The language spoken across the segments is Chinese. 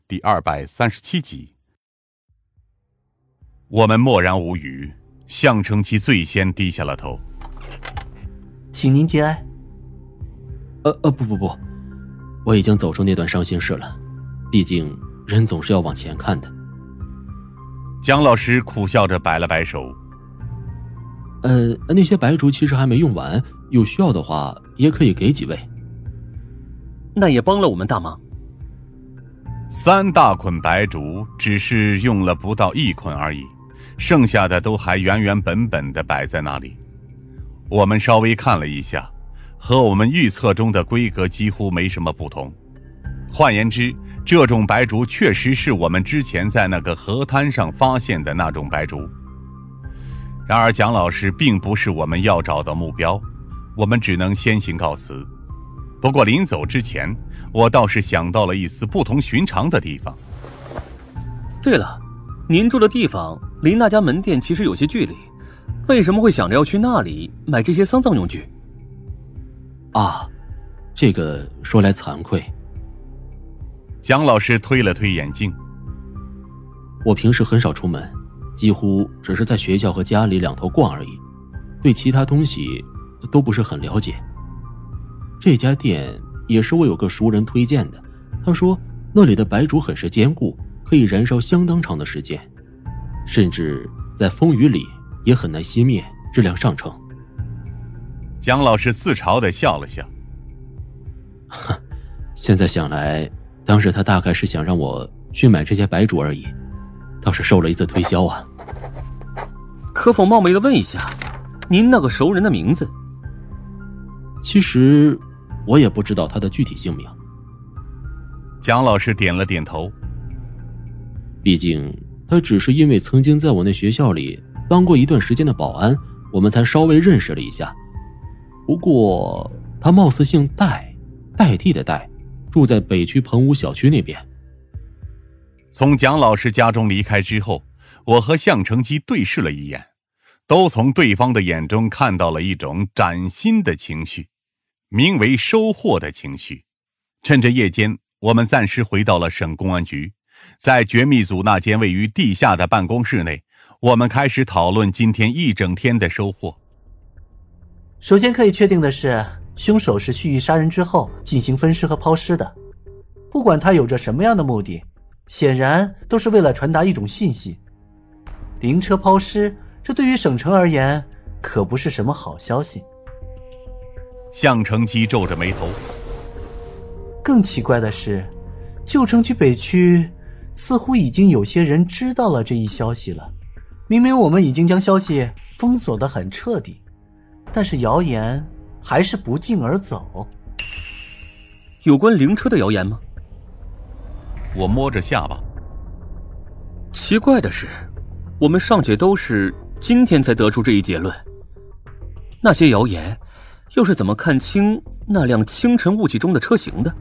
第237集。我们默然无语，项承基最先低下了头。 请您节哀。 不，我已经走出那段伤心事了，毕竟人总是要往前看的。 蒋老师苦笑着摆了摆手。 那些白烛其实还没用完，有需要的话也可以给几位。 那也帮了我们大忙。 3大捆白烛只是用了不到1捆而已，剩下的都还原原本本地摆在那里。我们稍微看了一下，和我们预测中的规格几乎没什么不同。换言之，这种白烛确实是我们之前在那个河滩上发现的那种白烛。然而蒋老师并不是我们要找的目标，我们只能先行告辞。不过临走之前，我倒是想到了一丝不同寻常的地方。 对了，您住的地方离那家门店其实有些距离，为什么会想着要去那里买这些丧葬用具？ 这个说来惭愧。 蒋老师推了推眼镜。 我平时很少出门，几乎只是在学校和家里两头逛而已，对其他东西都不是很了解。这家店也是我有个熟人推荐的，他说那里的白烛很是坚固，可以燃烧相当长的时间，甚至在风雨里也很难熄灭，质量上乘。 蒋老师自嘲地笑了笑。 现在想来，当时他大概是想让我去买这些白烛而已，倒是受了一次推销啊。 可否冒昧地问一下，您那个熟人的名字？ 其实我也不知道他的具体姓名。 蒋老师点了点头。 毕竟他只是因为曾经在我那学校里当过一段时间的保安，我们才稍微认识了一下。不过他貌似姓戴，代替的戴，住在北区棚屋小区那边。 从蒋老师家中离开之后，我和项承基对视了一眼，都从对方的眼中看到了一种崭新的情绪，名为收获的情绪。趁着夜间，我们暂时回到了省公安局，在绝密组那间位于地下的办公室内，我们开始讨论今天一整天的收获。 首先可以确定的是，凶手是蓄意杀人之后进行分尸和抛尸的。不管他有着什么样的目的，显然都是为了传达一种信息。灵车抛尸，这对于省城而言可不是什么好消息。 项承基皱着眉头。 更奇怪的是，旧城区北区似乎已经有些人知道了这一消息了。明明我们已经将消息封锁得很彻底，但是谣言还是不胫而走。 有关灵车的谣言吗？ 我摸着下巴。 奇怪的是，我们尚且都是今天才得出这一结论，那些谣言又是怎么看清那辆清晨雾气中的车型的？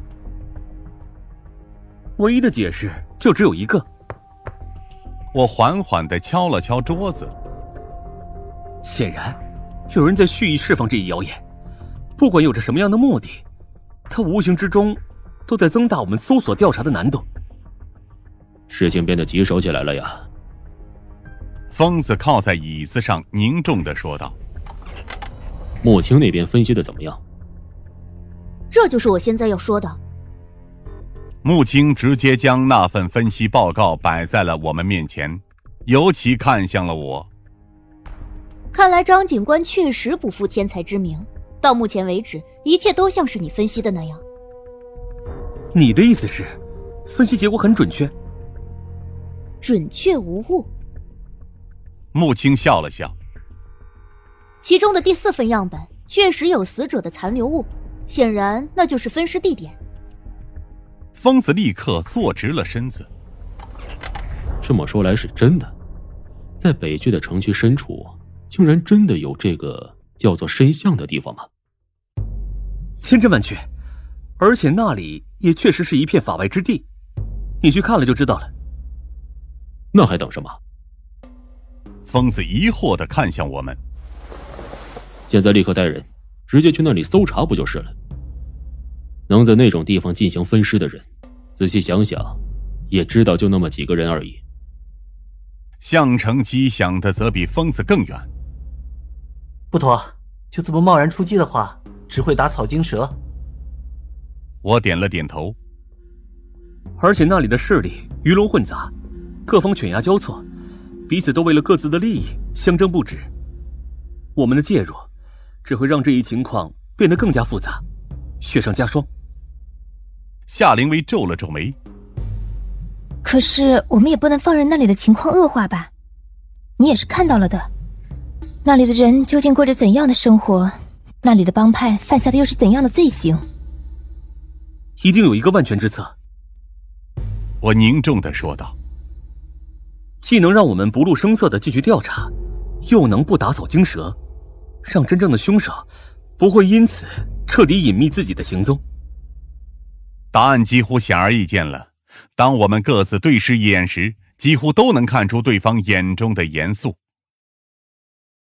唯一的解释就只有一个。 我缓缓地敲了敲桌子。 显然有人在蓄意释放这一谣言，不管有着什么样的目的，它无形之中都在增大我们搜索调查的难度。 事情变得棘手起来了呀。 疯子靠在椅子上凝重地说道。 穆青那边分析的怎么样？ 这就是我现在要说的。 穆青直接将那份分析报告摆在了我们面前，尤其看向了我。 看来张警官确实不负天才之名，到目前为止，一切都像是你分析的那样。 你的意思是，分析结果很准确？ 准确无误。 穆青笑了笑。 其中的第4份样本确实有死者的残留物，显然那就是分尸地点。 疯子立刻坐直了身子。 这么说来是真的，在北区的城区深处，竟然真的有这个叫做深巷的地方吗？ 千真万确，而且那里也确实是一片法外之地，你去看了就知道了。 那还等什么？ 疯子疑惑地看向我们。 现在立刻带人直接去那里搜查不就是了？能在那种地方进行分尸的人，仔细想想， 也知道就那么几个人而已。 项城基想的则比疯子更远。 不妥，就这么贸然出击的话，只会打草惊蛇。 我点了点头。 而且那里的势力鱼龙混杂，各方犬牙交错，彼此都为了各自的利益相争不止。我们的介入只会让这一情况变得更加复杂，雪上加霜。 夏灵薇皱了皱眉。 可是我们也不能放任那里的情况恶化吧？你也是看到了的，那里的人究竟过着怎样的生活，那里的帮派犯下的又是怎样的罪行？ 一定有一个万全之策。 我凝重地说道， 既能让我们不露声色地继续调查，又能不打草惊蛇，让真正的凶手不会因此彻底隐秘自己的行踪。 答案几乎显而易见了。当我们各自对视一眼时，几乎都能看出对方眼中的严肃。